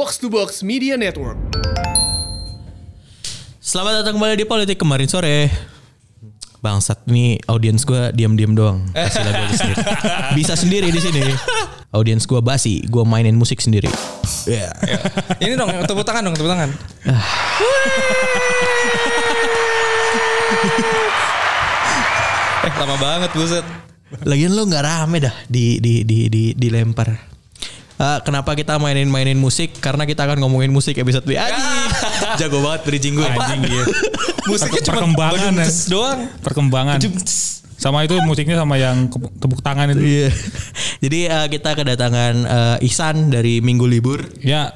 Box to Box Media Network. Selamat datang kembali di Politik kemarin sore. Bangsat, ini audiens gue diam-diam doang. Kasih lagu aja sendiri. Bisa sendiri di sini. Audiens gue basi, gue mainin musik sendiri. Yeah. Ini dong, tepuk tangan. Lama banget buset. Lagian lo nggak rame dah dilempar. Kenapa kita mainin musik? Karena kita akan ngomongin musik episode ini. Jago banget bridging gue. Anjing dia. Musiknya cuma perkembangan doang. Perkembangan. Sama itu musiknya sama yang tepuk tangan itu. Iya. Jadi kita kedatangan Ihsan dari Minggu Libur. Ya.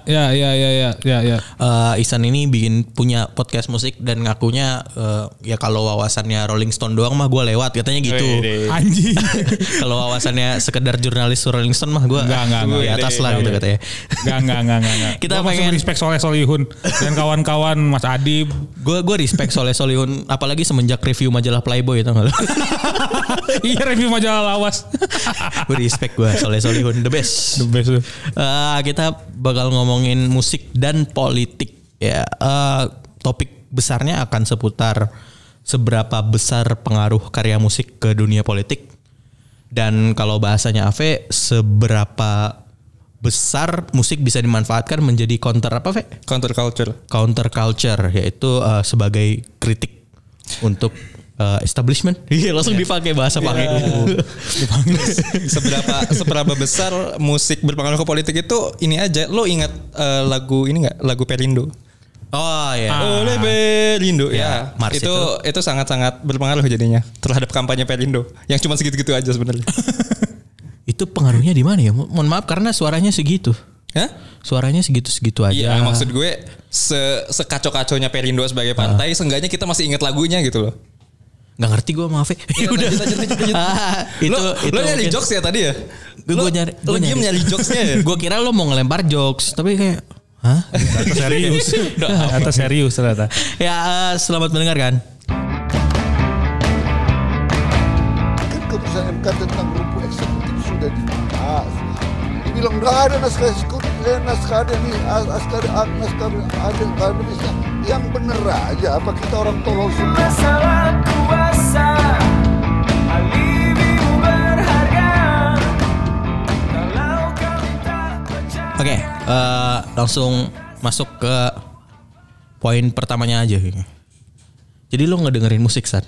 Ihsan ini punya podcast musik dan ngakunya ya kalau wawasannya Rolling Stone doang mah gue lewat katanya gitu. Anjing. Kalau wawasannya sekedar jurnalis Rolling Stone mah gue di atas lah gitu katanya. Enggak. Kita gua pengen respect Solihun dan kawan-kawan Mas Adib. Gue respect Solihun apalagi semenjak review majalah Playboy itu enggak. Iya, review majalah Lawas. Gue respect gue Solihun the best. Kita bakal ngomongin musik dan politik ya. Topik besarnya akan seputar seberapa besar pengaruh karya musik ke dunia politik, dan kalau bahasanya Ave, seberapa besar musik bisa dimanfaatkan menjadi counter counter culture, yaitu sebagai kritik untuk establishment. Iya, langsung dipakai bahasa pakai dulu. Seberapa besar musik berpengaruh ke politik itu, ini aja. Lo ingat lagu ini enggak? Lagu Perindo. Oh ya. Oleh Perindo ya. Mars itu sangat-sangat berpengaruh jadinya terhadap kampanye Perindo yang cuma segitu-gitu aja sebenarnya. Itu pengaruhnya di mana ya? Mohon maaf karena suaranya segitu. Hah? Suaranya segitu-segitu aja. Iya, maksud gue sekacau-kacaunya Perindo sebagai partai, seenggaknya kita masih ingat lagunya gitu loh. Nggak ngerti gue, maaf ya. Udah. Lo nyari jokes ya tadi ya? Gue nyari jokesnya ya? Gue kira lo mau ngelempar jokes, tapi kayak Atau serius ternyata. Ya, selamat mendengarkan. Kan keputusan MK tentang rumput eksekutif sudah dibahas. Dibilang nggak ada naskah akademisnya. Yang bener aja, apa kita orang tolol semua? Masalah kuasa, alibimu berharga. Kalau kau minta pecah. Oke, langsung masuk ke poin pertamanya aja. Jadi lo ngedengerin musik, San?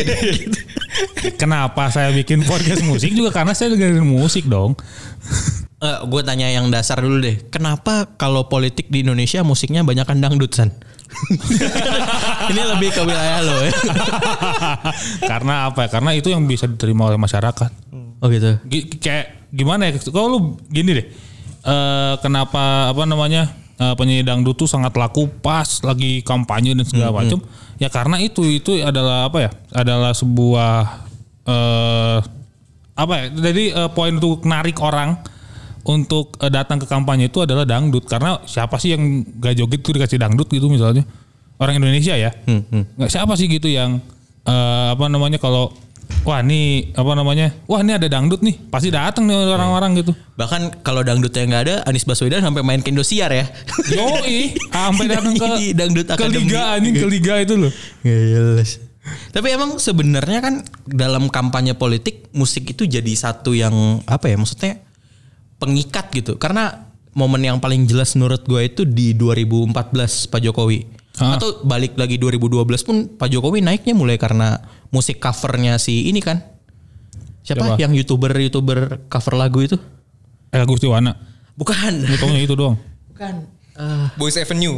Kenapa saya bikin podcast musik juga karena saya dengerin musik dong. Gue tanya yang dasar dulu deh. Kenapa kalau politik di Indonesia musiknya banyakan dangdut, San? Ini lebih ke wilayah lo ya. Karena apa? Karena itu yang bisa diterima oleh masyarakat. Oh gitu. Kayak gimana ya? Kalau lu gini deh. Kenapa penyanyi dangdut tuh sangat laku pas lagi kampanye dan segala macam? Ya karena itu adalah apa ya? Adalah sebuah Jadi poin untuk narik orang untuk datang ke kampanye itu adalah dangdut. Karena siapa sih yang gak joget tuh dikasih dangdut gitu misalnya? Orang Indonesia ya. Nggak siapa sih gitu yang kalau wah ini ada dangdut nih, pasti datang nih orang-orang gitu. Bahkan kalau dangdutnya nggak ada, Anies Baswedan sampai main ke Indosiar ya. Yoi, sampai datang ke dangdut akademi. Ke liga itu loh. Jelas. Tapi emang sebenarnya kan dalam kampanye politik musik itu jadi satu yang maksudnya pengikat gitu. Karena momen yang paling jelas menurut gue itu di 2014 Pak Jokowi. Atau balik lagi 2012 pun Pak Jokowi naiknya mulai karena musik covernya si ini kan. Siapa? Yang YouTuber cover lagu itu? Gustiwana. Bukan. Hitungnya itu doang. Bukan. Boys Avenue.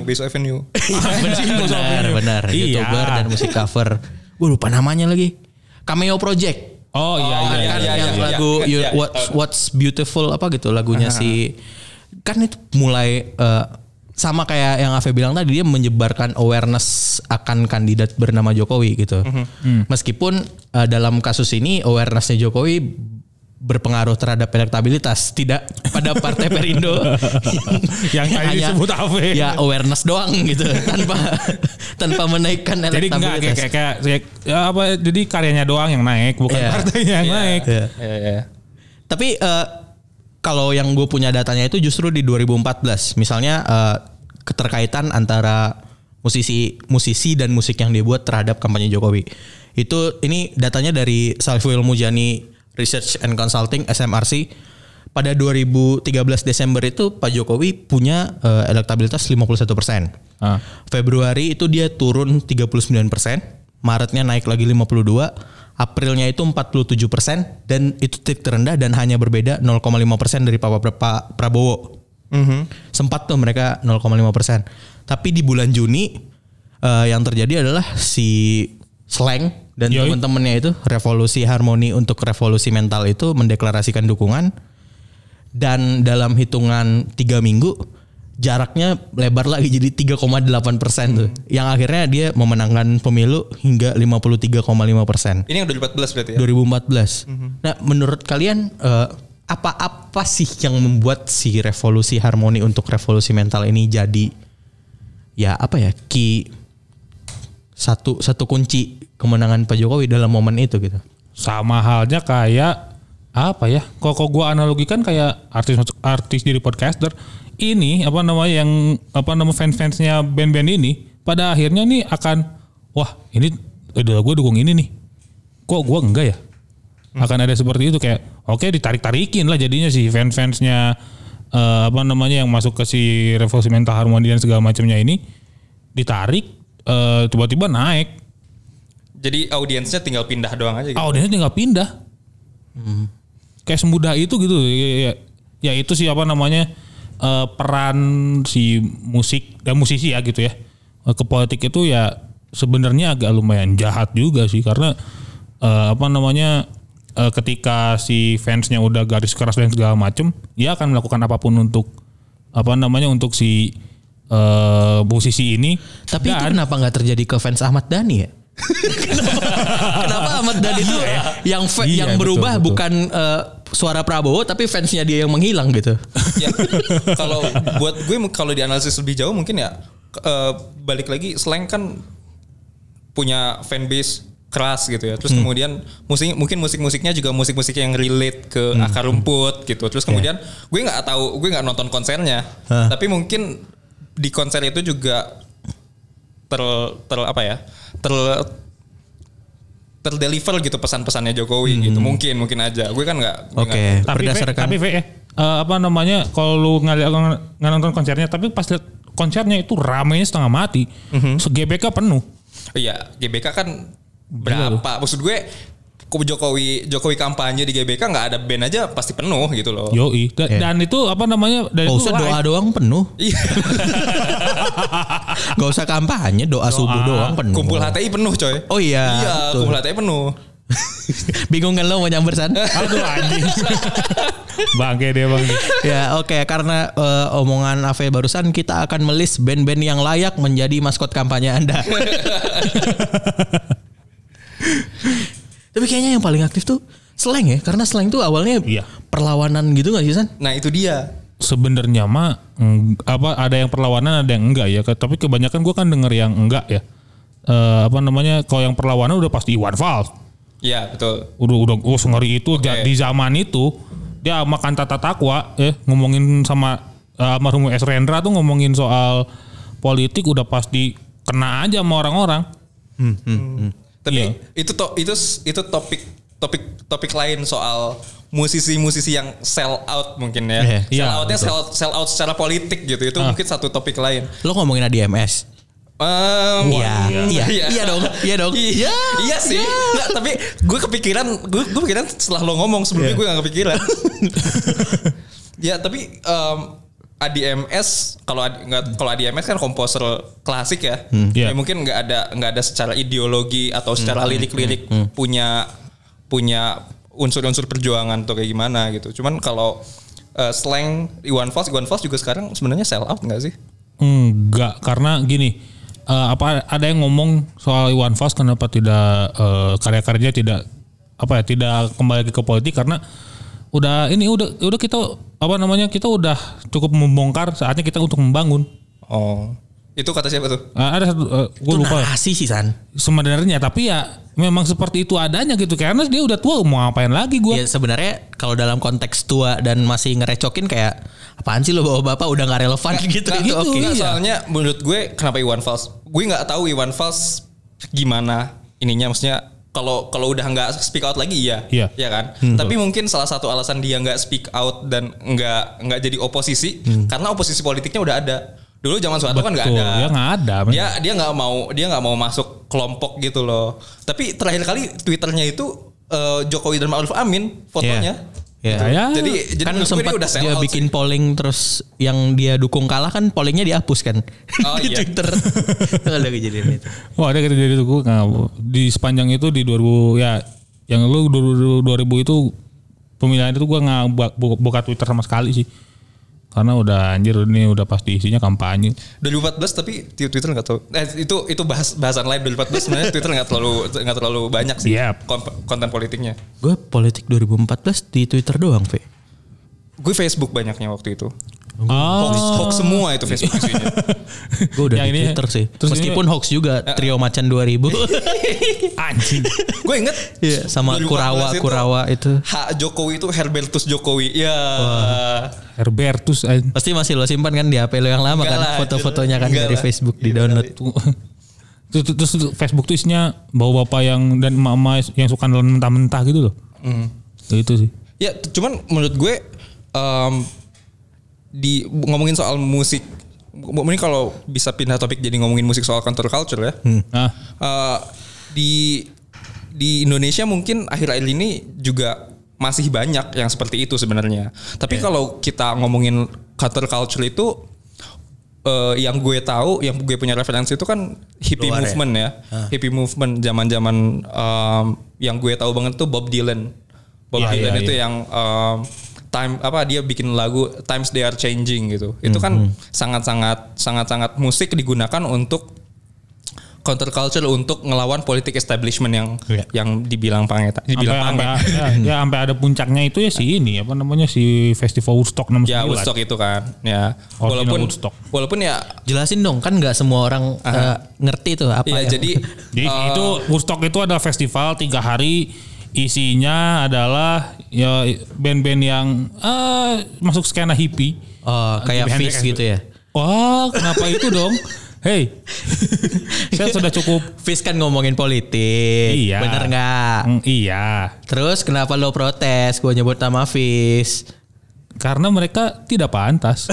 Benar. YouTuber dan musik cover. Gue lupa namanya lagi. Cameo Project. Oh iya. Yang lagu What's Beautiful gitu lagunya si. Kan itu mulai sama kayak yang Ave bilang tadi, dia menyebarkan awareness akan kandidat bernama Jokowi gitu. Meskipun dalam kasus ini awarenessnya Jokowi berpengaruh terhadap elektabilitas, tidak pada Partai Perindo yang tadi disebut Ave. Ya awareness doang gitu, tanpa menaikkan elektabilitas. Jadi jadi karyanya doang yang naik, bukan partainya yang naik. Tapi kalau yang gue punya datanya itu justru di 2014. Misalnya keterkaitan antara musisi dan musik yang dibuat terhadap kampanye Jokowi. Ini datanya dari Saiful Mujani Research and Consulting SMRC. Pada 2013 Desember itu Pak Jokowi punya elektabilitas 51%. Februari itu dia turun 39%, Maretnya naik lagi 52%. Aprilnya itu 47% dan itu titik terendah dan hanya berbeda 0,5% dari Pak Prabowo. Sempat tuh mereka 0,5%. Tapi di bulan Juni yang terjadi adalah si Slang dan teman-temannya itu Revolusi Harmoni untuk Revolusi Mental itu mendeklarasikan dukungan dan dalam hitungan 3 minggu jaraknya lebar lagi jadi 3,8% tuh. Yang akhirnya dia memenangkan pemilu hingga 53,5%. Ini yang 2014 berarti ya? 2014. Nah, menurut kalian apa sih yang membuat si Revolusi Harmoni untuk Revolusi Mental ini jadi satu kunci kemenangan Pak Jokowi dalam momen itu gitu? Sama halnya kayak apa ya? Kok gua analogikan kayak artis jadi podcaster. Ini fans-fansnya band-band ini pada akhirnya nih akan ini udah gue dukung ini nih, kok gue enggak ya? Akan ada seperti itu kayak ditarik-tarikin lah jadinya si fans-fansnya yang masuk ke si Revolusi Mental Harmoni dan segala macamnya ini ditarik tiba-tiba naik. Jadi audiensnya tinggal pindah doang aja gitu. Audiensnya tinggal pindah. Kayak semudah itu gitu ya itu sih peran si musik dan musisi ya gitu ya ke politik itu ya sebenarnya agak lumayan jahat juga sih karena ketika si fansnya udah garis keras dan segala macem dia akan melakukan apapun untuk untuk si musisi ini. Tapi itu kenapa nggak terjadi ke fans Ahmad Dhani ya? Kenapa Ahmad Dhani itu yang berubah betul. Bukan suara Prabowo tapi fansnya dia yang menghilang gitu? Ya, kalau buat gue kalau dianalisis lebih jauh mungkin ya balik lagi Slang kan punya fanbase keras gitu ya. Terus kemudian musik-musiknya juga musik-musik yang relate ke akar rumput gitu. Terus kemudian gue nggak nonton konsernya, tapi mungkin di konser itu juga terdeliver gitu pesan-pesannya Jokowi gitu. Mungkin aja. Gue kan nggak. Oke. Tapi kalau lu nggak nonton konsernya, tapi pas lihat konsernya itu ramainya setengah mati. Se-GBK penuh. Iya, GBK kan berapa? Maksud gue Jokowi kampanye di GBK nggak ada band aja pasti penuh gitu loh. Yoi. Dan itu dari itu doa doang penuh. Iya. Gak usah kampanye, doa subuh doang penuh. Kumpul HTI penuh coy. Oh iya. Iya, kumpul HTI penuh. Bingung kan lo mau nyamber San? Aduh anjing. Bangke dia bang. Ya oke, karena omongan Ave barusan kita akan melis band-band yang layak menjadi maskot kampanye Anda. Tapi kayaknya yang paling aktif tuh Slang ya, karena Slang tuh awalnya perlawanan gitu nggak sih San? Nah itu dia. Sebenarnya mah ada yang perlawanan ada yang enggak ya, tapi kebanyakan gue kan denger yang enggak ya. Kalau yang perlawanan udah pasti Iwan Fals. Iya betul. Udah sengeri itu di zaman itu dia makan tata takwa ngomongin sama almarhum S. Rendra tuh ngomongin soal politik udah pasti kena aja sama orang-orang. Tapi itu topik lain soal musisi-musisi yang sell out mungkin ya. Sell outnya sell out secara politik gitu. Itu mungkin satu topik lain. Lo ngomongin ADMS? Iya dong. Iya sih. Nggak, tapi gue kepikiran setelah lo ngomong sebelumnya gue nggak kepikiran. Ya tapi ADMS kalau ADMS kan komposer klasik ya. Ya mungkin nggak ada secara ideologi atau secara lirik-lirik punya unsur-unsur perjuangan atau kayak gimana gitu. Cuman kalau Slang Iwan Fals juga sekarang sebenarnya sell out nggak sih? Enggak, karena gini. Ada yang ngomong soal Iwan Fals kenapa tidak karya-karyanya tidak kembali ke politik karena udah kita kita udah cukup membongkar, saatnya kita untuk membangun. Itu kata siapa tuh? Ada satu gue Itu lupa narasi sih San. sebenarnya, tapi ya memang seperti itu adanya gitu, karena dia udah tua mau ngapain lagi gue. Ya sebenarnya kalau dalam konteks tua dan masih ngerecokin kayak apaan sih lo bapak udah nggak relevan gitu Nggak, itu gitu, oke. nggak, soalnya menurut gue kenapa Iwan Fals? Gue nggak tahu Iwan Fals gimana ininya, maksudnya kalau udah nggak speak out lagi iya kan. Tapi mungkin salah satu alasan dia nggak speak out dan nggak jadi oposisi karena oposisi politiknya udah ada. Dulu zaman Soeharto kan nggak ada. Ya nggak ada. Dia nggak mau masuk kelompok gitu loh. Tapi terakhir kali Twitternya itu Jokowi dan Ma'ruf Amin fotonya. Ya. Jadi kan menurut gue sempat udah sell dia out bikin sih. polling terus yang dia dukung kalah kan pollingnya dihapus kan Oh, di iya. Twitter. Ada kejadian itu. Wah ada kejadian itu gue di sepanjang itu di 2000 ya yang lu 2000 itu pemilihan itu gue nggak buka Twitter sama sekali sih, karena udah anjir ini udah pasti isinya kampanye. 2014 tapi Twitter nggak tahu. Itu bahasan lain. 2014 sebenarnya Twitter nggak terlalu banyak sih Yep. konten politiknya. Gue politik 2014 di Twitter doang, Ve. Gue Facebook banyaknya waktu itu. Oh. Hoax semua itu Facebook isinya. Gue udah Yang di ini- Twitter sih. terus Meskipun hoax juga Trio Macan 2000. Anjing. Gue inget Iya, sama 2014 Kurawa itu. Hak Jokowi itu Herbertus Jokowi. Ya. Herbertus anjing. Pasti masih lo simpan kan di HP lo yang lama Enggak kan lah, foto-fotonya kan enggak dari lah. Facebook di Iya, download. Terus Facebook tuh isinya bapak yang dan emak-emak yang suka nelen mentah-mentah gitu loh. Itu sih. Ya, cuman menurut gue di ngomongin soal musik, mungkin kalau bisa pindah topik jadi ngomongin musik soal counterculture ya. Nah, Di Indonesia mungkin akhir-akhir ini juga masih banyak yang seperti itu sebenarnya. Tapi kalau kita ngomongin counterculture itu yang gue tahu, yang gue punya referensi itu kan hippie Luar ya? movement ya. Hippie movement zaman-zaman yang gue tahu banget tuh Bob Dylan. Bob Iya, Dylan iya, itu iya. yang dia bikin lagu Times They Are Changing gitu. Itu kan sangat-sangat musik digunakan untuk counterculture, untuk ngelawan politik establishment yang dibilang pangeta. sampai ada puncaknya itu ya si ini apa namanya si Festival Woodstock 69. Ya Woodstock itu kan. Ya. Original Woodstock. Walaupun ya Jelasin dong, kan nggak semua orang ngerti tuh apa ya yang jadi Itu Woodstock itu adalah festival 3 hari, isinya adalah ya band-band yang masuk skena hippie. kayak Jimi Hendrix Fish gitu ya. Wah, kenapa itu dong? Hey, saya sudah cukup. Fish kan ngomongin politik. Iya. Bener nggak? Iya, Terus kenapa lo protes? Gue nyebut nama Fish. karena mereka tidak pantas.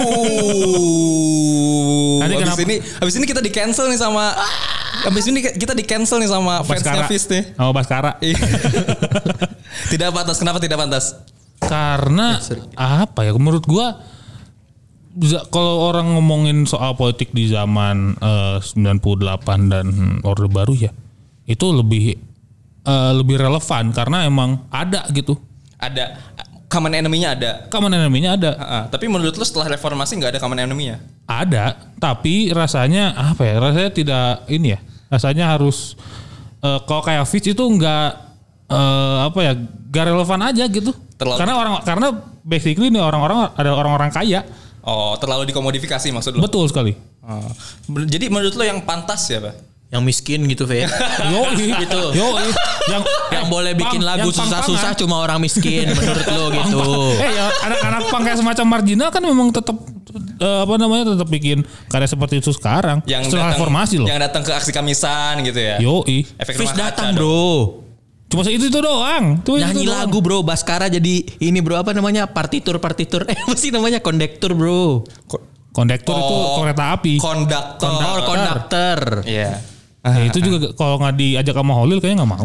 Nanti Habis ini kita di cancel nih sama habis ini kita di cancel nih sama fansnya Fis nih. Oh, Baskara. Tidak pantas. Kenapa tidak pantas? Karena apa ya? Menurut gua kalau orang ngomongin soal politik di zaman 98 dan Orde Baru ya, itu lebih relevan karena emang ada gitu. Ada common enemy-nya ada. Common enemy-nya ada. Tapi menurut lu setelah reformasi nggak ada common enemy-nya? Ada, tapi rasanya apa ya? Rasanya tidak ini ya. Rasanya harus kalau kayak Fitch itu nggak gak relevan aja gitu. Karena basically ini orang-orang ada orang-orang kaya. Oh, terlalu dikomodifikasi maksud lu? Betul sekali. Jadi menurut lu yang pantas siapa? Yang miskin gitu, Fe. Yoi Gitu. Yoi. Yang boleh bikin lagu susah-susah cuma orang miskin menurut lo gitu. Ya anak-anak punk kayak semacam marginal kan memang tetap tetap bikin karya seperti itu sekarang. Setelah reformasi loh. Yang datang ke aksi kamisan gitu ya. Yoi. Efek Fish rumah datang, kaca dong. bro. Cuma itu doang. Nyanyi lagu, bro. Baskara jadi ini, bro, apa namanya? Partitur. Apa sih namanya? Kondektur, bro. Kondektur itu kereta api. Konduktor. Iya. Itu juga kalau nggak diajak sama Holil kayaknya nggak mau.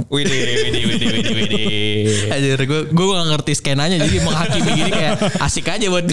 Widih. Ajar gue gak ngerti skenanya, jadi menghakimi gini kayak asik aja buat.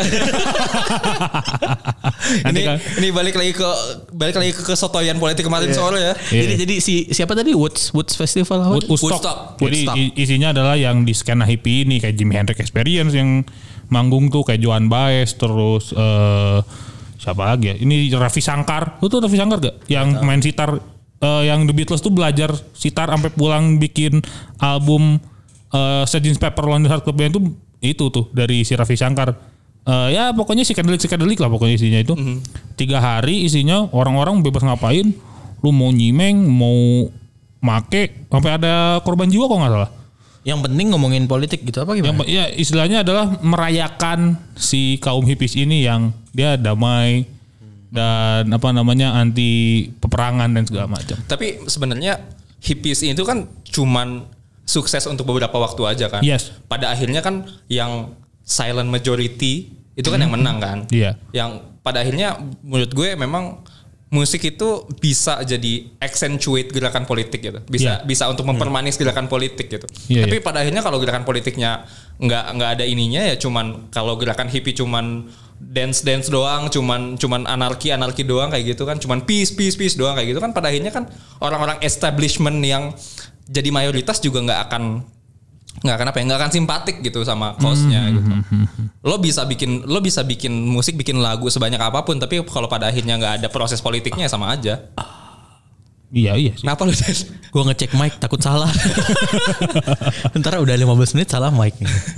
Ini balik lagi ke kesotoyan politik kemarin sore ya. Iya. Jadi siapa tadi Woods Festival apa? Woodstock. Jadi isinya adalah yang di skena hippie ini kayak Jimi Hendrix Experience yang manggung tuh kayak Joan Baez, terus siapa lagi ya? Ini Ravi Shankar. Lu tuh Ravi Shankar gak? Yang main sitar, yang The Beatles tuh belajar sitar sampai pulang bikin album Sgt. Pepper Lonely Hearts Club Band itu tuh dari si Ravi Shankar. Ya pokoknya psychedelic lah pokoknya isinya itu. 3 hari isinya orang-orang bebas ngapain. Lu mau nyimeng, mau make, sampai ada korban jiwa kok nggak salah. Yang penting ngomongin politik gitu apa gimana? Ya istilahnya adalah merayakan si kaum hippies ini yang dia damai dan anti peperangan dan segala macam. Tapi sebenarnya hippies itu kan cuman sukses untuk beberapa waktu aja kan. Yes. Pada akhirnya kan yang silent majority itu kan yang menang kan. Iya. Yang pada akhirnya menurut gue memang musik itu bisa jadi accentuate gerakan politik gitu. Bisa untuk mempermanis gerakan politik gitu. Iya, Tapi pada akhirnya kalau gerakan politiknya nggak ada ininya ya cuman kalau gerakan hippie cuman dance doang, cuman anarki doang kayak gitu kan, cuman peace doang kayak gitu kan, pada akhirnya kan orang-orang establishment yang jadi mayoritas juga nggak akan simpatik gitu sama cause-nya gitu. Lo bisa bikin musik, bikin lagu sebanyak apapun, tapi kalau pada akhirnya nggak ada proses politiknya sama aja. Iya sih. Kenapa lu? Gue ngecek mic takut salah. Ntar udah 15 menit salah mic.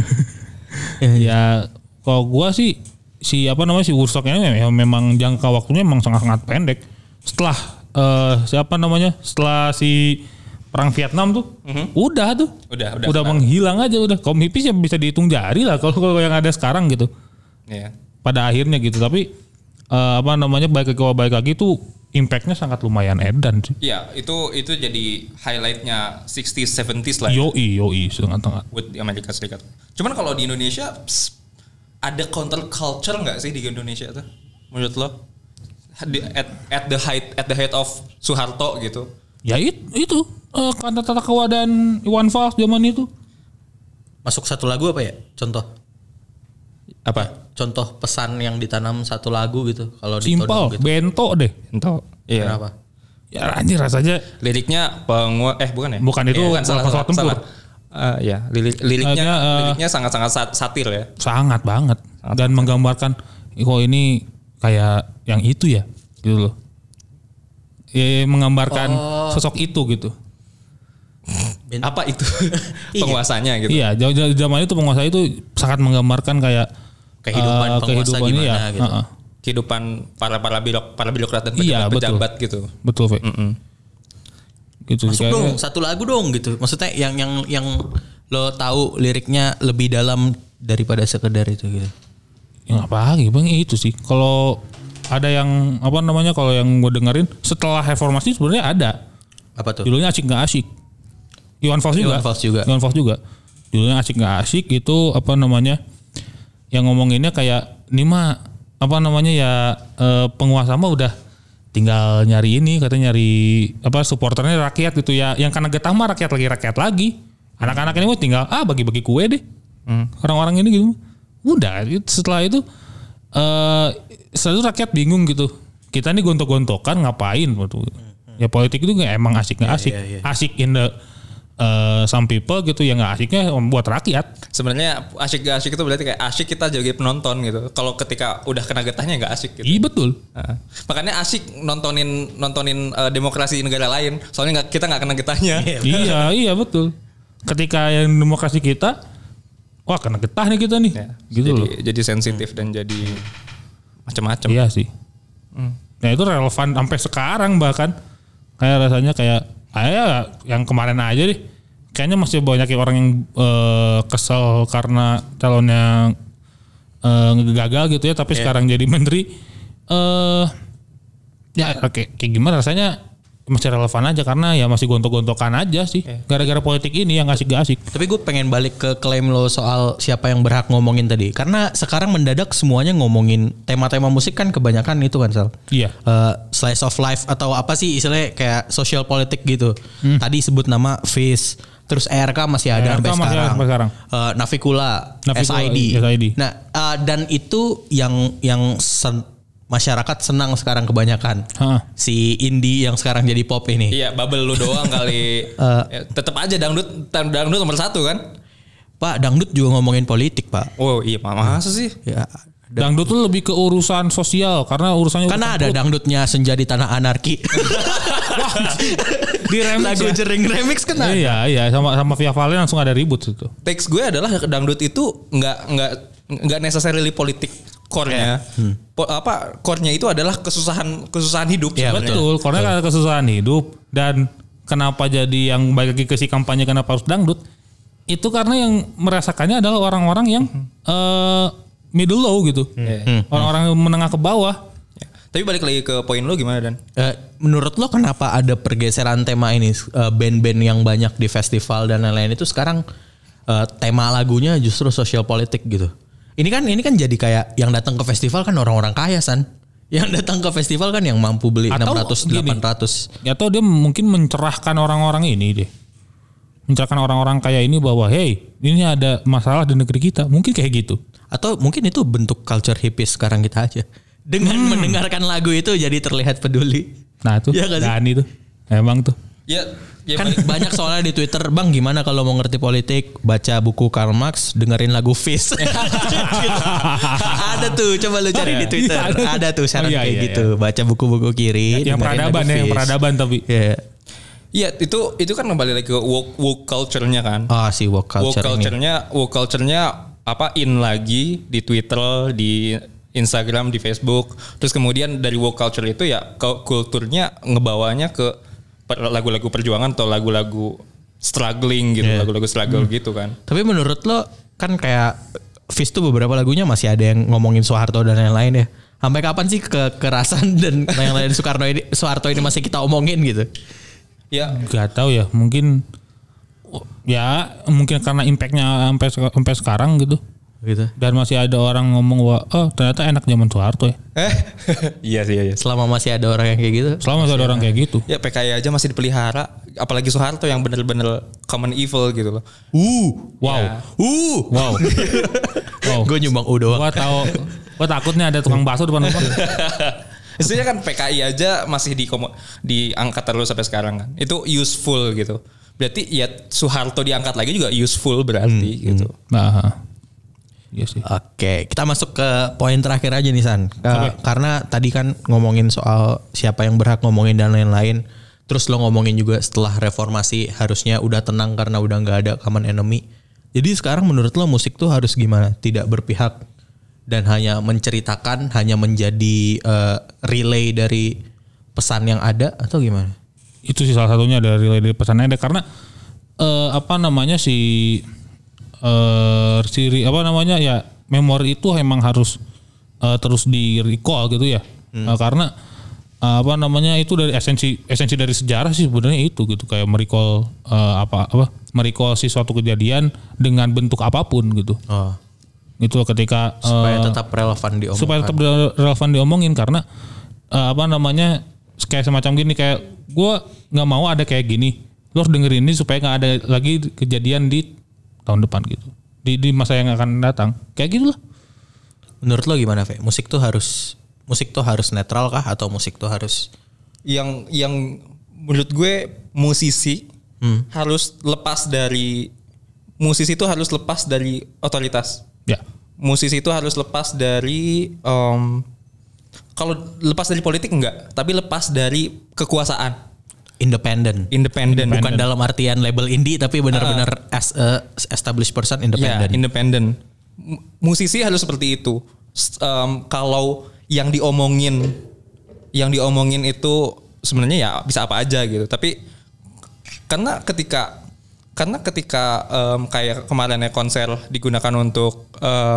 Ya kalau gua sih si Woodstock ini memang jangka waktunya memang sangat pendek. Setelah setelah si perang Vietnam tuh udah menghilang aja udah. Kaum hippies ya bisa dihitung jari lah kalau yang ada sekarang gitu. Iya. Pada akhirnya gitu, tapi balik lagi tuh impactnya sangat lumayan edan sih. Iya, itu jadi highlightnya 60s 70s lah. Yoi sangat. Buat di Amerika Serikat. Cuman kalau di Indonesia ada counter culture nggak sih di Indonesia tuh? Menurut lo? At the height of Soeharto gitu. Ya itu kata Tata Kawa dan Iwan Fals zaman itu. Masuk satu lagu apa ya? Contoh. Apa? Contoh pesan yang ditanam satu lagu gitu. Kalau di Simpel, Todong gitu. bento deh. Iya. Kenapa? Ya anjir rasanya. Liriknya bukan ya? Bukan itu, salah. tempur. Ya, liriknya sangat-sangat satir ya. Sangat banget. Dan menggambarkan kok ini kayak yang itu ya gitu loh. Ya, menggambarkan sosok itu gitu. Apa itu? Penguasanya gitu. Iya, zaman itu penguasa itu sangat menggambarkan kayak Kehidupan penguasa gimana ya, gitu. Kehidupan para birokrat dan pejabat gitu. Betul, Fe. Gitu. Masuk dong, satu lagu dong gitu. Maksudnya yang lo tahu liriknya lebih dalam daripada sekedar itu gitu. Yang apa lagi bang itu sih. Kalau ada yang kalau yang gue dengerin setelah reformasi sebenarnya ada. Apa tuh? Judulnya Asik Nggak Asik. Iwan Fals juga. Judulnya Asik Nggak Asik itu yang ngomonginnya kayak ini mah penguasa mah udah tinggal nyari ini, katanya nyari supporternya rakyat gitu ya. Yang karena getah mah rakyat lagi. Anak-anak ini mah tinggal bagi-bagi kue deh. Orang-orang ini gitu. Udah setelah itu rakyat bingung gitu. Kita nih gontok-gontokan ngapain gitu. Ya politik itu emang asik nggak asik. Iya. Asik in the some people gitu, yang nggak asiknya buat rakyat. Sebenarnya asik gak asik itu berarti kayak asik kita jadi penonton gitu. Kalau ketika udah kena getahnya nggak asik gitu. Iya betul. Makanya asik nontonin demokrasi negara lain. Soalnya kita nggak kena getahnya. Iya betul. Ketika yang demokrasi kita, wah kena getah nih kita nih. Ya, gitu loh. Jadi sensitif dan jadi macam-macam. Iya sih. Nah itu relevan sampai sekarang bahkan. Kayak rasanya kayak yang kemarin aja deh. Kayaknya masih banyak orang yang kesel karena calonnya gagal gitu ya. Tapi sekarang jadi menteri. Kayak gimana rasanya masih relevan aja karena ya masih gontok-gontokan aja sih. Gara-gara politik ini yang asik gak asik. Tapi gue pengen balik ke klaim lo soal siapa yang berhak ngomongin tadi. Karena sekarang mendadak semuanya ngomongin tema-tema musik kan kebanyakan itu kan Sal. Iya. Slice of life atau apa sih istilahnya kayak social politik gitu. Tadi sebut nama Fish. Terus ERK masih ada sampai sekarang. Navikula, SID. Nah dan itu yang masyarakat senang sekarang kebanyakan. Si indie yang sekarang jadi pop ini. Iya, bubble lu doang kali. Tetap aja dangdut nomor 1 kan? Pak, dangdut juga ngomongin politik, Pak. Oh iya, masa sih? Ya. Dangdut tuh lebih ke urusan sosial karena urusannya ada dangdutnya Senja di Tanah Anarki. Di remix lagu Jering remix kan ada. Iya, sama Via Valen langsung ada ribut itu. Teks gue adalah dangdut itu nggak nggak necessarily politik core-nya. Core-nya itu adalah kesusahan hidup. Iya, Betul, karena kesusahan hidup. Dan kenapa jadi yang balik lagi ke si kampanye kenapa harus dangdut? Itu karena yang merasakannya adalah orang-orang yang middle low gitu. Orang-orang menengah ke bawah. Ya. Tapi balik lagi ke poin lo gimana Dan? Menurut lo kenapa ada pergeseran tema ini? Band-band yang banyak di festival dan lain-lain itu sekarang tema lagunya justru sosial politik gitu. Ini kan jadi kayak yang datang ke festival kan orang-orang kaya San. Yang datang ke festival kan yang mampu beli Atau 600 gini, 800. Atau dia mungkin mencerahkan orang-orang ini deh. Mencerahkan orang-orang kaya ini bahwa hey, ini ada masalah di negeri kita. Mungkin kayak gitu. Atau mungkin itu bentuk culture hippies sekarang kita aja. Dengan mendengarkan lagu itu jadi terlihat peduli. Nah tuh, Iya gak sih? dan itu. Emang tuh. Ya Kan banyak soalnya di Twitter, Bang gimana kalau mau ngerti politik, baca buku Karl Marx, dengerin lagu Fish. Ada tuh, coba lu cari di Twitter. Ada tuh saran kayak gitu. Baca buku-buku kiri. Yang peradaban ya, yang peradaban tapi. Iya. Iya itu kan kembali lagi ke woke culture-nya kan. Oh si woke culture ini. Woke culture-nya apa in lagi di Twitter, di Instagram, di Facebook. Terus kemudian dari woke culture itu ya kulturnya ngebawanya ke lagu-lagu perjuangan atau lagu-lagu struggling gitu, lagu-lagu struggle gitu kan. Tapi menurut lo kan kayak Fish tuh beberapa lagunya masih ada yang ngomongin Soeharto dan lain-lain ya. Sampai kapan sih kekerasan dan lain-lain Soeharto ini masih kita omongin gitu? Ya Gak tahu ya, mungkin karena impactnya sampai sekarang gitu. Gitu. Dan masih ada orang ngomong bahwa oh ternyata enak zaman Soeharto ya. iya sih. Selama masih ada orang yang kayak gitu. Selama masih ada orang kayak gitu. Ya PKI aja masih dipelihara, apalagi Soeharto yang bener-bener common evil gitu loh. Wow. Ya. Wow. Wow. Gue nyumbang doang. Gua takutnya ada tukang bakso depan rumah. Istilahnya kan PKI aja masih diangkat terus sampai sekarang kan. Itu useful gitu. Berarti ya Soeharto diangkat lagi juga useful berarti gitu. Nah. Iya sih. Oke, kita masuk ke poin terakhir aja nih San. Karena tadi kan ngomongin soal siapa yang berhak ngomongin dan lain-lain. Terus lo ngomongin juga setelah reformasi harusnya udah tenang karena udah nggak ada common enemy. Jadi sekarang menurut lo musik tuh harus gimana? Tidak berpihak dan hanya menceritakan, hanya menjadi relay dari pesan yang ada atau gimana? Itu sih salah satunya dari relay dari pesan yang ada karena memori itu emang harus terus di recall gitu ya. Karena itu dari esensi dari sejarah sih sebenarnya itu gitu, kayak merecall merecall si suatu kejadian dengan bentuk apapun gitu. Itu ketika supaya tetap relevan diomongin. Supaya tetap relevan diomongin karena kayak semacam gini, kayak gue nggak mau ada kayak gini, lo harus dengerin ini supaya nggak ada lagi kejadian di tahun depan gitu, di masa yang akan datang kayak gitulah. Menurut lo gimana, Fe? Musik tuh harus netral kah atau musik tuh harus yang menurut gue musisi harus lepas dari otoritas. Ya. Musisi itu harus lepas dari kalau lepas dari politik enggak, tapi lepas dari kekuasaan. Independen. Bukan dalam artian label indie tapi benar-benar as a established person independent. Ya, independen. Musisi harus seperti itu. Kalau yang diomongin itu sebenarnya ya bisa apa aja gitu. Tapi karena ketika kayak kemarinnya konser digunakan untuk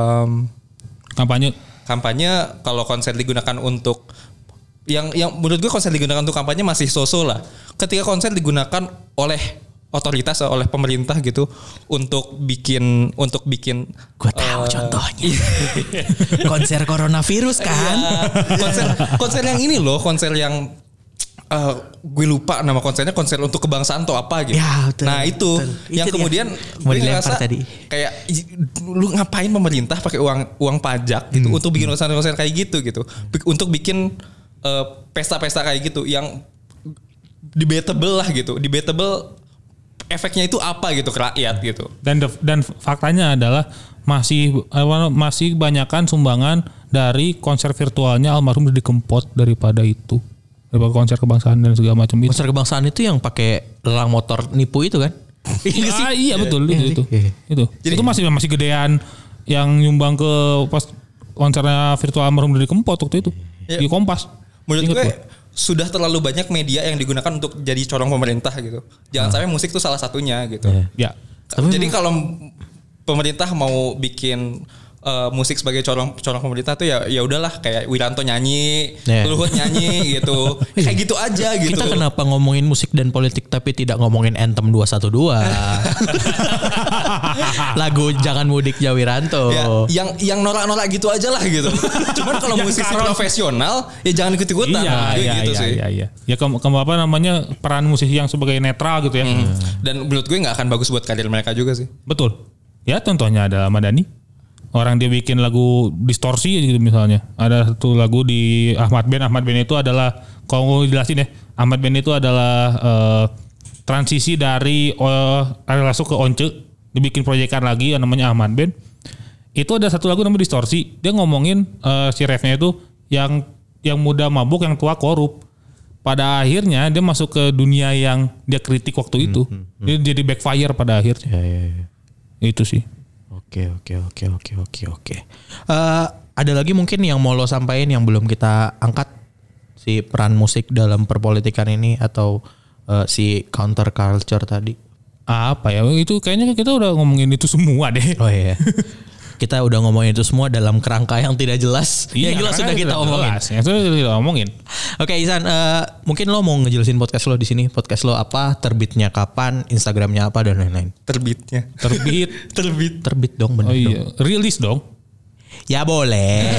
kampanye, kalau konser digunakan untuk yang menurut gue konser digunakan untuk kampanye masih so-so lah. Ketika konser digunakan oleh otoritas, oleh pemerintah gitu untuk bikin Gue tahu contohnya. Konser coronavirus kan. konser yang ini loh, konser yang gue lupa nama konsernya, konser untuk kebangsaan atau apa gitu. Ya, betul, nah itu betul. yang Itu kemudian mau gue dilempar ngerasa tadi. kayak lu ngapain pemerintah pakai uang pajak gitu untuk bikin konser kayak gitu. Untuk bikin pesta-pesta kayak gitu yang debatable lah gitu. Debatable efeknya itu apa gitu ke rakyat gitu. Dan faktanya adalah masih kebanyakan sumbangan dari konser virtualnya almarhum Didi Kempot daripada konser kebangsaan dan segala macam itu. Konser kebangsaan itu yang pakai lelang motor nipu itu kan? Iya betul itu. Jadi itu masih gedean yang nyumbang ke pas konsernya virtual almarhum Didi Kempot waktu itu Iya. di Kompas. Menurut Ingat gue gua. sudah terlalu banyak media yang digunakan untuk jadi corong pemerintah gitu. Jangan sampai musik itu salah satunya gitu. Ya. Jadi kalau pemerintah mau bikin musik sebagai corong pemerintah tuh ya udahlah kayak Wiranto nyanyi, Yeah. Luhut nyanyi gitu. Kayak gitu aja gitu. Kita kenapa ngomongin musik dan politik tapi tidak ngomongin Anthem 212? Lagu Jangan Mudik Jawiranto. Ya, yang norak-norak gitu aja lah gitu. Cuman kalau musisi profesional ya jangan ikut-ikutan. Gitu sih. Iya. Ya apa namanya peran musisi yang sebagai netral gitu ya. Dan menurut gue nggak akan bagus buat karir mereka juga sih. Betul. Ya contohnya ada Ahmad Dhani. Orang dia bikin lagu distorsi gitu misalnya. Ada satu lagu di Ahmad Band. Ahmad Band itu adalah kalau mau jelasin ya. Ahmad Band itu adalah transisi dari Ariel Lasso ke Once. Dibikin proyekan lagi yang namanya Ahmad Band. Itu ada satu lagu namanya distorsi. Dia ngomongin si refnya itu yang muda mabuk, yang tua korup. Pada akhirnya dia masuk ke dunia yang dia kritik waktu itu. Dia jadi backfire pada akhirnya. Ya. Itu sih. Oke. Ada lagi mungkin yang mau lo sampaikan yang belum kita angkat, si peran musik dalam perpolitikan ini atau si counter culture tadi? Apa ya, itu kayaknya kita udah ngomongin itu semua deh. Oh iya. Kita udah ngomongin itu semua dalam kerangka yang tidak jelas. Yang jelas sudah kita omongin. Yang sudah kita omongin. Oke Isan, mungkin lo mau ngejelasin podcast lo di sini. Podcast lo apa, terbitnya kapan, Instagramnya apa dan lain-lain. Terbitnya. Terbit dong, bener Oh dong. iya, rilis dong. Ya boleh.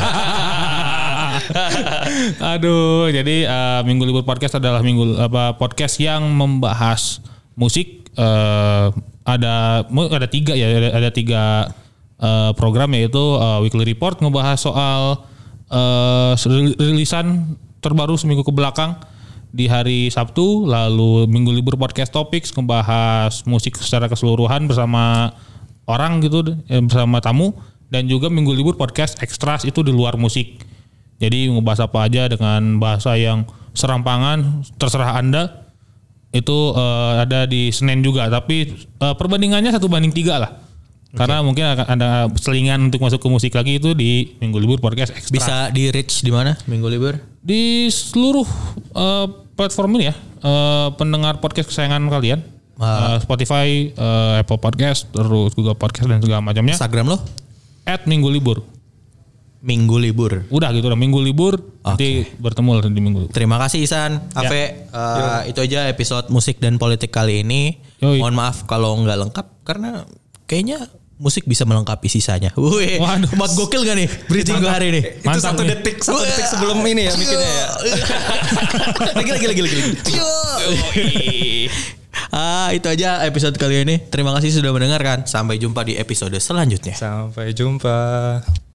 Aduh, jadi Minggu Libur Podcast adalah podcast yang membahas musik. Ada tiga ya, ada tiga program, yaitu Weekly Report ngebahas soal rilisan terbaru seminggu ke belakang di hari Sabtu. Lalu Minggu Libur Podcast Topics ngebahas musik secara keseluruhan bersama orang gitu, bersama tamu. Dan juga Minggu Libur Podcast Extras itu di luar musik. Jadi ngebahas apa aja dengan bahasa yang serampangan, terserah Anda. Itu ada di Senin juga, tapi perbandingannya 1:3 lah. Karena mungkin akan ada selingan untuk masuk ke musik lagi itu di Minggu Libur Podcast Extra. Bisa di reach di mana Minggu Libur? Di seluruh platform ini ya, pendengar podcast kesayangan kalian. Spotify, Apple Podcast, terus Google Podcast dan segala macamnya. Instagram lo? @minggulibur. Minggu Libur. Udah gitu udah Minggu Libur. Nanti bertemu lah di Minggu Libur. Terima kasih Isan, Ave. Itu aja episode musik dan politik kali ini. Yoi. Mohon maaf kalau nggak lengkap karena kayaknya musik bisa melengkapi sisanya. Wih, Waduh. mat gokil gak nih bridging gue hari ini? Itu Mantap satu nih. detik sebelum ini ya mikirnya ya. Lagi. Itu aja episode kali ini. Terima kasih sudah mendengarkan. Sampai jumpa di episode selanjutnya. Sampai jumpa.